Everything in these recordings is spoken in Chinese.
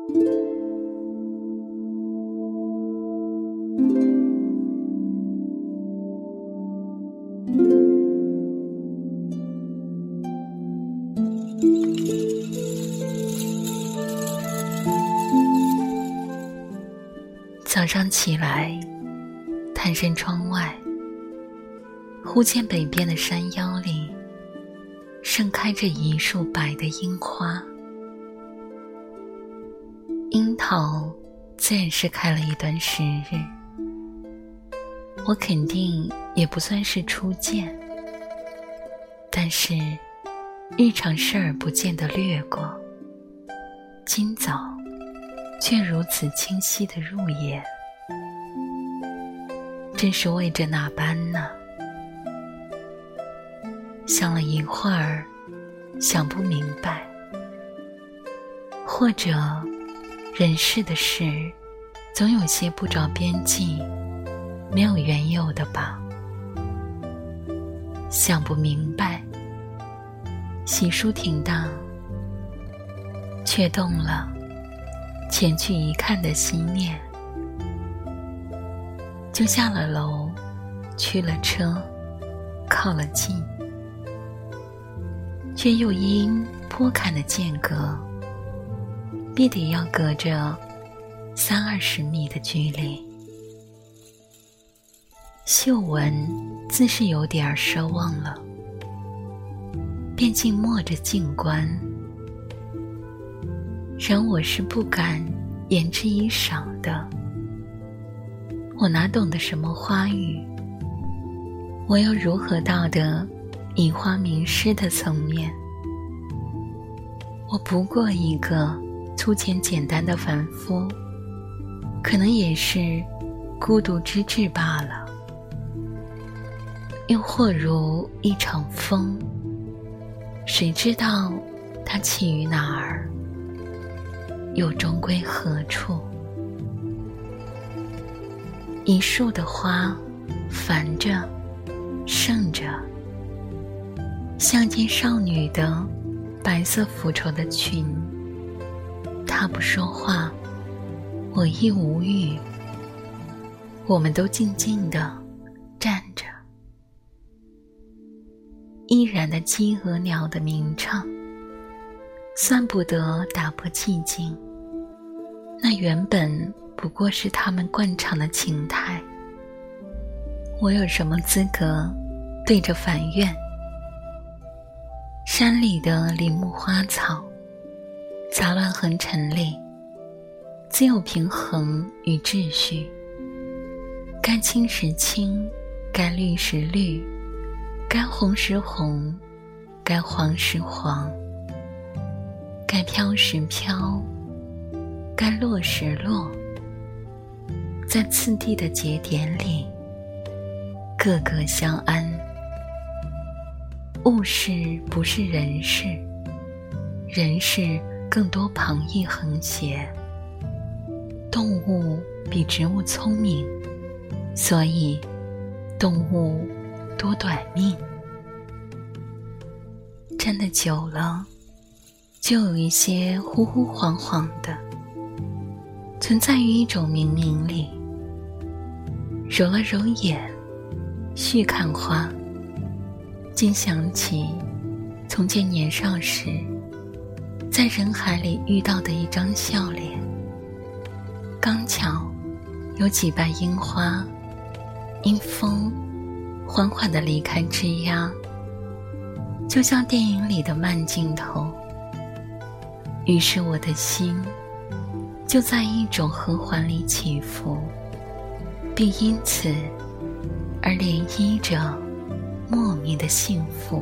早上起来，探身窗外，忽见北边的山腰里盛开着一束白的樱花。樱桃自然是开了一段时日，我肯定也不算是初见，但是日常视而不见地掠过，今早却如此清晰地入眼，真是为着哪般呢？想了一会儿，想不明白，或者人世的事总有些不着边际，没有缘由的吧。想不明白，洗漱停当，却动了前去一看的心念，就下了楼，驱了车，靠了近，却又因颇坎的间隔，必得要隔着30-20米的距离。嗅闻自是有点奢望了，便静默着静观。然我是不敢言之以赏的，我哪懂得什么花语，我又如何到得以花名诗的层面？我不过一个粗浅简单的凡夫，可能也是孤独之至罢了。又或如一场风，谁知道它起于哪儿，又终归何处？一树的花繁着盛着，像件少女的白色拂绸的裙。她不说话，我亦无语，我们都静静地站着。依然的鸡鹅鸟的鸣唱，算不得打破寂静，那原本不过是他们惯常的情态。我有什么资格对着反怨？山里的林木花草，杂乱横陈里，自有平衡与秩序。该青时青，该绿时绿，该红时红，该黄时黄，该飘时飘，该落时落。在次第的节点里，个个相安。物事不是人事，人事更多旁逸横斜。动物比植物聪明，所以动物多短命。站得久了，就有一些忽忽晃晃的，存在于一种冥冥里。揉了揉眼，续看花，竟想起从前年少时在人海里遇到的一张笑脸。刚巧有几瓣樱花因风缓缓地离开枝桠，就像电影里的慢镜头。于是我的心就在一种和缓里起伏，并因此而涟漪着莫名的幸福。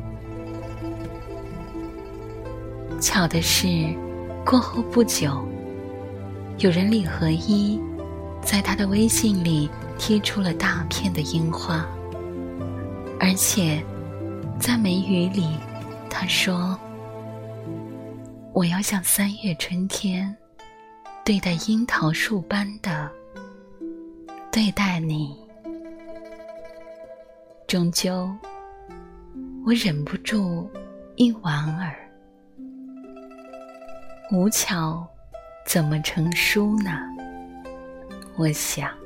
巧的是，过后不久，有人李合一在他的微信里贴出了大片的樱花，而且在眉宇里他说，我要像3月春天对待樱桃树般的对待你。终究我忍不住一莞尔。无巧怎么成书呢？我想，